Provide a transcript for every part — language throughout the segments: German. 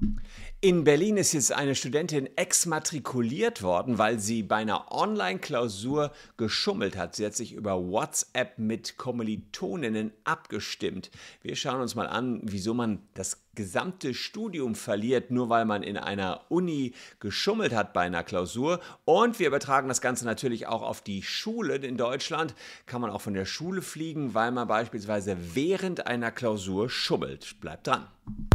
In Berlin ist jetzt eine Studentin exmatrikuliert worden, weil sie bei einer Online-Klausur geschummelt hat. Sie hat sich über WhatsApp mit Kommilitoninnen abgestimmt. Wir schauen uns mal an, wieso man das gesamte Studium verliert, nur weil man in einer Uni geschummelt hat bei einer Klausur. Und wir übertragen das Ganze natürlich auch auf die Schule. In Deutschland kann man auch von der Schule fliegen, weil man beispielsweise während einer Klausur schummelt. Bleibt dran.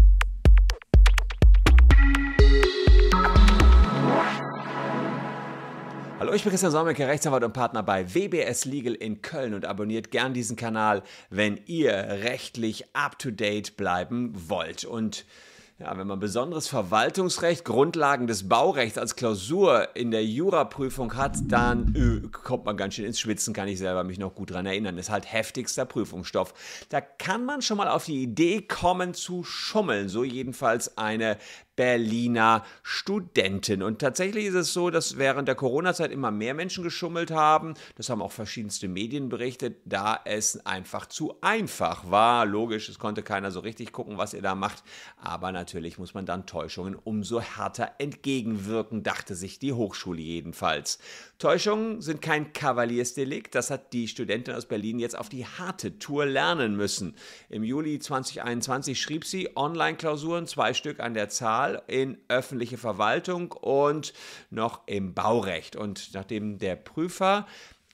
Hallo, ich bin Christian Solmecke, Rechtsanwalt und Partner bei WBS Legal in Köln und abonniert gern diesen Kanal, wenn ihr rechtlich up-to-date bleiben wollt. Und ja, wenn man besonderes Verwaltungsrecht, Grundlagen des Baurechts als Klausur in der Juraprüfung hat, dann kommt man ganz schön ins Schwitzen, kann ich selber mich noch gut dran erinnern. Das ist halt heftigster Prüfungsstoff. Da kann man schon mal auf die Idee kommen zu schummeln, so jedenfalls eine Berliner Studentin. Und tatsächlich ist es so, dass während der Corona-Zeit immer mehr Menschen geschummelt haben. Das haben auch verschiedenste Medien berichtet, da es einfach zu einfach war. Logisch, es konnte keiner so richtig gucken, was ihr da macht. Aber natürlich muss man dann Täuschungen umso härter entgegenwirken, dachte sich die Hochschule jedenfalls. Täuschungen sind kein Kavaliersdelikt. Das hat die Studentin aus Berlin jetzt auf die harte Tour lernen müssen. Im Juli 2021 schrieb sie Online-Klausuren, 2 Stück an der Zahl, in öffentliche Verwaltung und noch im Baurecht. Und nachdem der Prüfer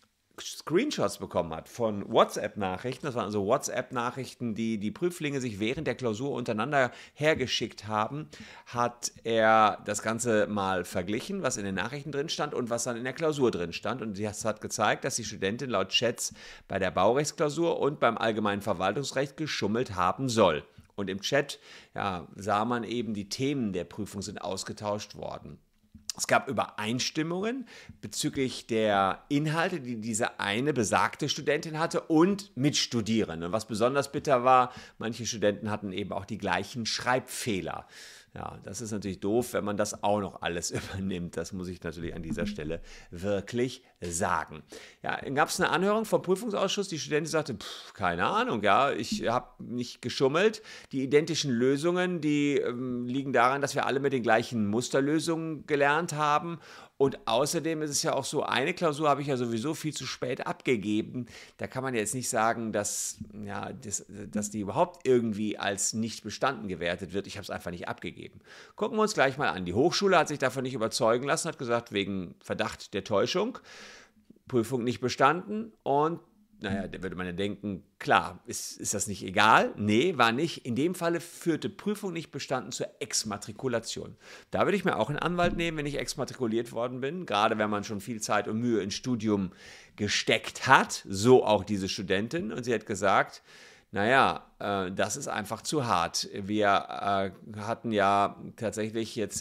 Screenshots bekommen hat von WhatsApp-Nachrichten, das waren also WhatsApp-Nachrichten, die die Prüflinge sich während der Klausur untereinander hergeschickt haben, hat er das Ganze mal verglichen, was in den Nachrichten drin stand und was dann in der Klausur drin stand. Und das hat gezeigt, dass die Studentin laut Chats bei der Baurechtsklausur und beim allgemeinen Verwaltungsrecht geschummelt haben soll. Und im Chat sah man eben, die Themen der Prüfung sind ausgetauscht worden. Es gab Übereinstimmungen bezüglich der Inhalte, die diese eine besagte Studentin hatte und Mitstudierende. Und was besonders bitter war, manche Studenten hatten eben auch die gleichen Schreibfehler. Ja, das ist natürlich doof, wenn man das auch noch alles übernimmt. Das muss ich natürlich an dieser Stelle wirklich sagen. Ja, dann gab es eine Anhörung vom Prüfungsausschuss. Die Studentin sagte, keine Ahnung, ja, ich habe nicht geschummelt. Die identischen Lösungen, die liegen daran, dass wir alle mit den gleichen Musterlösungen gelernt haben. Und außerdem ist es ja auch so, eine Klausur habe ich ja sowieso viel zu spät abgegeben. Da kann man jetzt nicht sagen, dass die überhaupt irgendwie als nicht bestanden gewertet wird. Ich habe es einfach nicht abgegeben. Gucken wir uns gleich mal an. Die Hochschule hat sich davon nicht überzeugen lassen, hat gesagt, wegen Verdacht der Täuschung, Prüfung nicht bestanden und naja, da würde man ja denken, klar, ist das nicht egal? Nee, war nicht. In dem Falle führte Prüfung nicht bestanden zur Exmatrikulation. Da würde ich mir auch einen Anwalt nehmen, wenn ich exmatrikuliert worden bin, gerade wenn man schon viel Zeit und Mühe ins Studium gesteckt hat, so auch diese Studentin. Und sie hat gesagt, naja, das ist einfach zu hart. Wir hatten ja tatsächlich, jetzt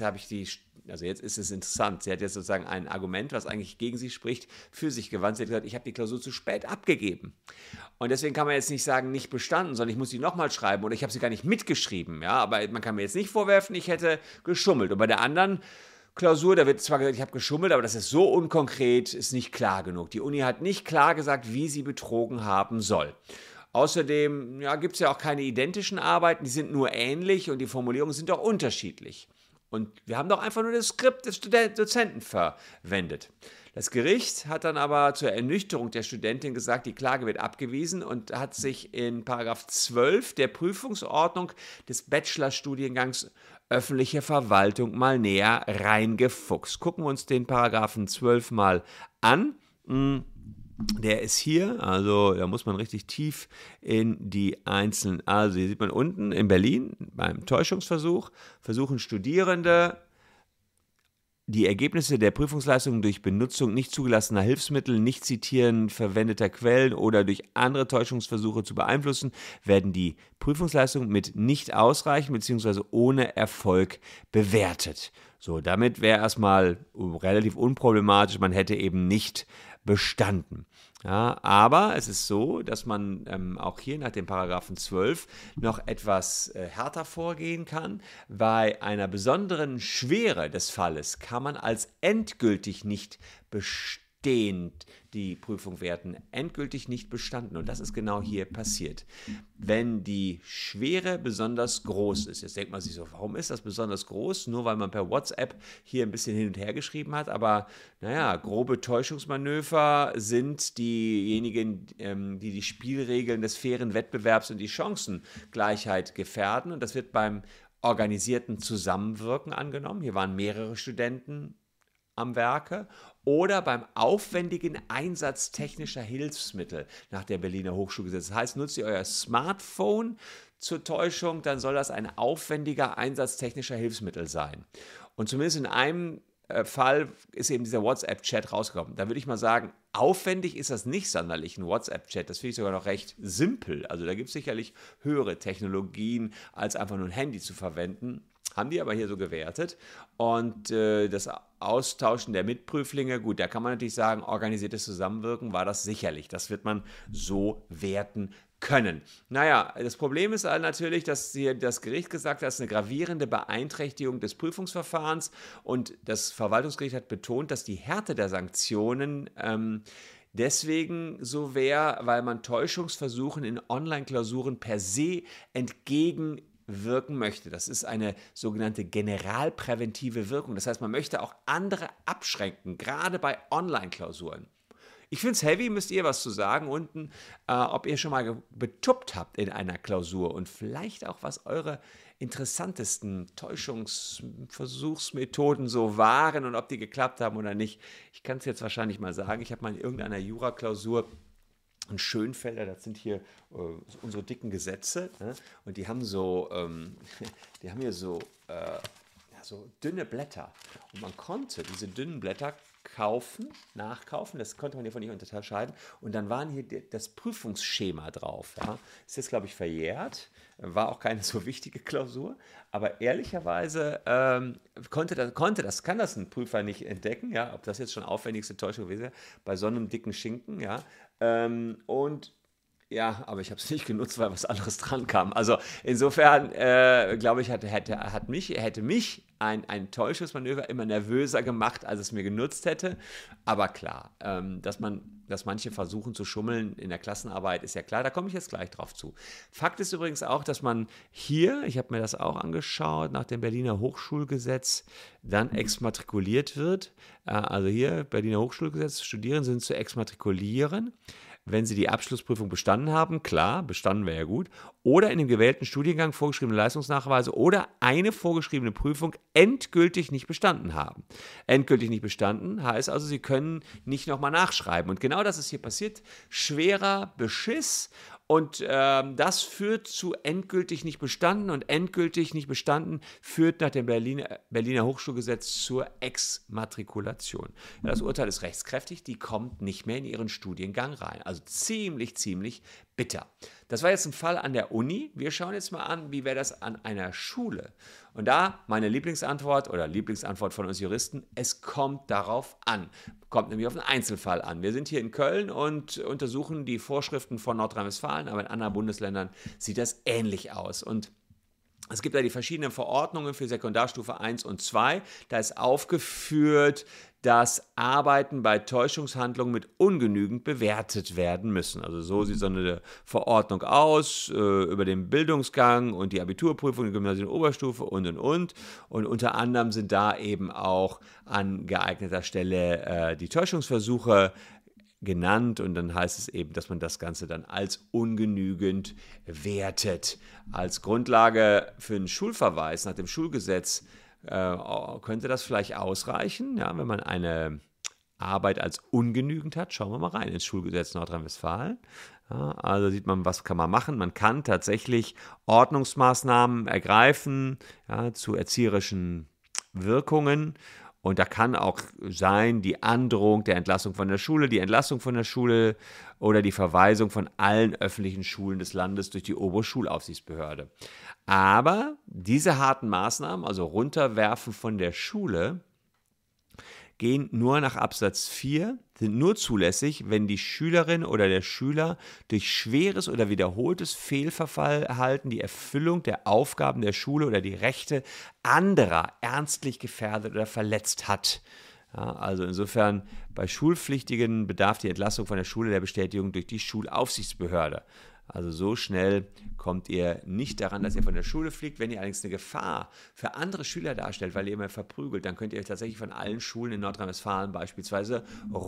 ist es interessant, sie hat jetzt sozusagen ein Argument, was eigentlich gegen sie spricht, für sich gewandt. Sie hat gesagt, ich habe die Klausur zu spät abgegeben. Und deswegen kann man jetzt nicht sagen, nicht bestanden, sondern ich muss sie nochmal schreiben oder ich habe sie gar nicht mitgeschrieben. Ja? Aber man kann mir jetzt nicht vorwerfen, ich hätte geschummelt. Und bei der anderen Klausur, da wird zwar gesagt, ich habe geschummelt, aber das ist so unkonkret, ist nicht klar genug. Die Uni hat nicht klar gesagt, wie sie betrogen haben soll. Außerdem gibt es ja auch keine identischen Arbeiten, die sind nur ähnlich und die Formulierungen sind auch unterschiedlich. Und wir haben doch einfach nur das Skript des Dozenten verwendet. Das Gericht hat dann aber zur Ernüchterung der Studentin gesagt, die Klage wird abgewiesen und hat sich in § 12 der Prüfungsordnung des Bachelorstudiengangs öffentliche Verwaltung mal näher reingefuchst. Gucken wir uns den Paragraphen 12 mal an. Der ist hier, also da muss man richtig tief in die einzelnen, also hier sieht man unten in Berlin beim Täuschungsversuch, versuchen Studierende die Ergebnisse der Prüfungsleistungen durch Benutzung nicht zugelassener Hilfsmittel, nicht zitieren verwendeter Quellen oder durch andere Täuschungsversuche zu beeinflussen, werden die Prüfungsleistungen mit nicht ausreichend bzw. ohne Erfolg bewertet. So, damit wäre erstmal relativ unproblematisch, man hätte eben nicht bestanden. Ja, aber es ist so, dass man auch hier nach dem Paragraphen 12 noch etwas härter vorgehen kann. Bei einer besonderen Schwere des Falles kann man als endgültig nicht bestehen bestehend die Prüfung werten, endgültig nicht bestanden. Und das ist genau hier passiert. Wenn die Schwere besonders groß ist, jetzt denkt man sich so, warum ist das besonders groß? Nur weil man per WhatsApp hier ein bisschen hin und her geschrieben hat, aber naja, grobe Täuschungsmanöver sind diejenigen, die die Spielregeln des fairen Wettbewerbs und die Chancengleichheit gefährden. Und das wird beim organisierten Zusammenwirken angenommen. Hier waren mehrere Studenten am Werke oder beim aufwendigen Einsatz technischer Hilfsmittel nach der Berliner Hochschulgesetz. Das heißt, nutzt ihr euer Smartphone zur Täuschung, dann soll das ein aufwendiger Einsatz technischer Hilfsmittel sein. Und zumindest in einem Fall ist eben dieser WhatsApp-Chat rausgekommen. Da würde ich mal sagen, aufwendig ist das nicht sonderlich, ein WhatsApp-Chat. Das finde ich sogar noch recht simpel. Also da gibt es sicherlich höhere Technologien, als einfach nur ein Handy zu verwenden. Haben die aber hier so gewertet. Und das Austauschen der Mitprüflinge, gut, da kann man natürlich sagen, organisiertes Zusammenwirken war das sicherlich. Das wird man so werten können. Naja, das Problem ist halt natürlich, dass hier das Gericht gesagt hat, das ist eine gravierende Beeinträchtigung des Prüfungsverfahrens und das Verwaltungsgericht hat betont, dass die Härte der Sanktionen deswegen so wäre, weil man Täuschungsversuchen in Online-Klausuren per se entgegenwirken möchte. Das ist eine sogenannte generalpräventive Wirkung. Das heißt, man möchte auch andere abschränken, gerade bei Online-Klausuren. Ich finde es heavy, müsst ihr was zu sagen unten, ob ihr schon mal betuppt habt in einer Klausur und vielleicht auch, was eure interessantesten Täuschungsversuchsmethoden so waren und ob die geklappt haben oder nicht. Ich kann es jetzt wahrscheinlich mal sagen, ich habe mal in irgendeiner Jura-Klausur ein Schönfelder, das sind hier unsere dicken Gesetze, ne? Und die haben so, die haben hier so, so dünne Blätter und man konnte diese dünnen Blätter nachkaufen, das konnte man hier von nicht unterscheiden und dann waren hier das Prüfungsschema drauf. Ja. Ist jetzt, glaube ich, verjährt, war auch keine so wichtige Klausur, aber ehrlicherweise kann das ein Prüfer nicht entdecken, ja, ob das jetzt schon aufwendigste Täuschung gewesen wäre, bei so einem dicken Schinken, ja, und ja, aber ich habe es nicht genutzt, weil was anderes dran kam. Also insofern, glaube ich, hätte mich ein Täuschungsmanöver immer nervöser gemacht, als es mir genutzt hätte. Aber klar, dass manche versuchen zu schummeln in der Klassenarbeit, ist ja klar, da komme ich jetzt gleich drauf zu. Fakt ist übrigens auch, dass man hier, ich habe mir das auch angeschaut, nach dem Berliner Hochschulgesetz dann exmatrikuliert wird. Also hier, Berliner Hochschulgesetz, Studierende sind zu exmatrikulieren, wenn sie die Abschlussprüfung bestanden haben, klar, bestanden wäre ja gut, oder in dem gewählten Studiengang vorgeschriebene Leistungsnachweise oder eine vorgeschriebene Prüfung endgültig nicht bestanden haben. Endgültig nicht bestanden heißt also, sie können nicht nochmal nachschreiben. Und genau das ist hier passiert. Schwerer Beschiss. Und das führt zu endgültig nicht bestanden und endgültig nicht bestanden führt nach dem Berliner Hochschulgesetz zur Exmatrikulation. Ja, das Urteil ist rechtskräftig, die kommt nicht mehr in ihren Studiengang rein. Also ziemlich bitter. Das war jetzt ein Fall an der Uni. Wir schauen jetzt mal an, wie wäre das an einer Schule. Und da meine Lieblingsantwort von uns Juristen, es kommt darauf an. Kommt nämlich auf einen Einzelfall an. Wir sind hier in Köln und untersuchen die Vorschriften von Nordrhein-Westfalen, aber in anderen Bundesländern sieht das ähnlich aus. Und es gibt da die verschiedenen Verordnungen für Sekundarstufe 1 und 2. Da ist aufgeführt, dass Arbeiten bei Täuschungshandlungen mit ungenügend bewertet werden müssen. Also so sieht so eine Verordnung aus über den Bildungsgang und die Abiturprüfung, die Gymnasium-Oberstufe und. Und unter anderem sind da eben auch an geeigneter Stelle die Täuschungsversuche genannt und dann heißt es eben, dass man das Ganze dann als ungenügend wertet. Als Grundlage für einen Schulverweis nach dem Schulgesetz könnte das vielleicht ausreichen, ja, wenn man eine Arbeit als ungenügend hat. Schauen wir mal rein ins Schulgesetz Nordrhein-Westfalen. Ja, also sieht man, was kann man machen. Man kann tatsächlich Ordnungsmaßnahmen ergreifen, ja, zu erzieherischen Wirkungen. Und da kann auch sein, die Androhung der Entlassung von der Schule, die Entlassung von der Schule oder die Verweisung von allen öffentlichen Schulen des Landes durch die Oberschulaufsichtsbehörde. Aber diese harten Maßnahmen, also Runterwerfen von der Schule, gehen nur nach Absatz 4, sind nur zulässig, wenn die Schülerin oder der Schüler durch schweres oder wiederholtes Fehlverhalten die Erfüllung der Aufgaben der Schule oder die Rechte anderer ernstlich gefährdet oder verletzt hat. Ja, also insofern, bei Schulpflichtigen bedarf die Entlassung von der Schule der Bestätigung durch die Schulaufsichtsbehörde. Also so schnell kommt ihr nicht daran, dass ihr von der Schule fliegt. Wenn ihr allerdings eine Gefahr für andere Schüler darstellt, weil ihr immer verprügelt, dann könnt ihr euch tatsächlich von allen Schulen in Nordrhein-Westfalen beispielsweise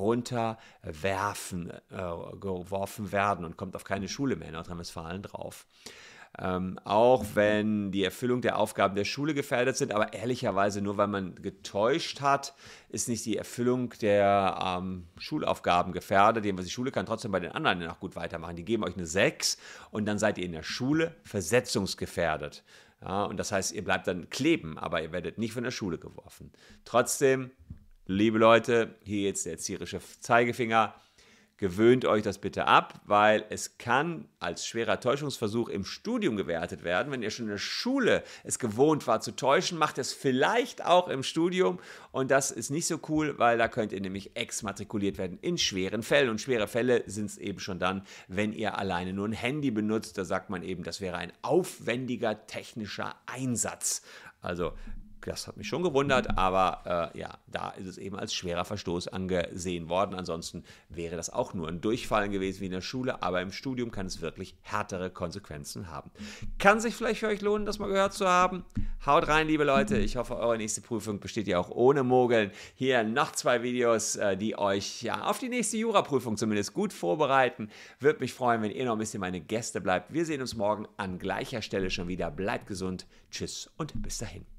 geworfen werden und kommt auf keine Schule mehr in Nordrhein-Westfalen drauf. Auch wenn die Erfüllung der Aufgaben der Schule gefährdet sind, aber ehrlicherweise nur weil man getäuscht hat, ist nicht die Erfüllung der Schulaufgaben gefährdet. Die Schule kann trotzdem bei den anderen noch gut weitermachen. Die geben euch eine 6 und dann seid ihr in der Schule versetzungsgefährdet. Ja, und das heißt, ihr bleibt dann kleben, aber ihr werdet nicht von der Schule geworfen. Trotzdem, liebe Leute, hier jetzt der erzieherische Zeigefinger. Gewöhnt euch das bitte ab, weil es kann als schwerer Täuschungsversuch im Studium gewertet werden. Wenn ihr schon in der Schule es gewohnt war zu täuschen, macht es vielleicht auch im Studium. Und das ist nicht so cool, weil da könnt ihr nämlich exmatrikuliert werden in schweren Fällen. Und schwere Fälle sind es eben schon dann, wenn ihr alleine nur ein Handy benutzt. Da sagt man eben, das wäre ein aufwendiger technischer Einsatz. Also das hat mich schon gewundert, aber da ist es eben als schwerer Verstoß angesehen worden. Ansonsten wäre das auch nur ein Durchfallen gewesen wie in der Schule, aber im Studium kann es wirklich härtere Konsequenzen haben. Kann sich vielleicht für euch lohnen, das mal gehört zu haben. Haut rein, liebe Leute. Ich hoffe, eure nächste Prüfung besteht ja auch ohne Mogeln. Hier noch 2 Videos, die euch auf die nächste Juraprüfung zumindest gut vorbereiten. Würde mich freuen, wenn ihr noch ein bisschen meine Gäste bleibt. Wir sehen uns morgen an gleicher Stelle schon wieder. Bleibt gesund. Tschüss und bis dahin.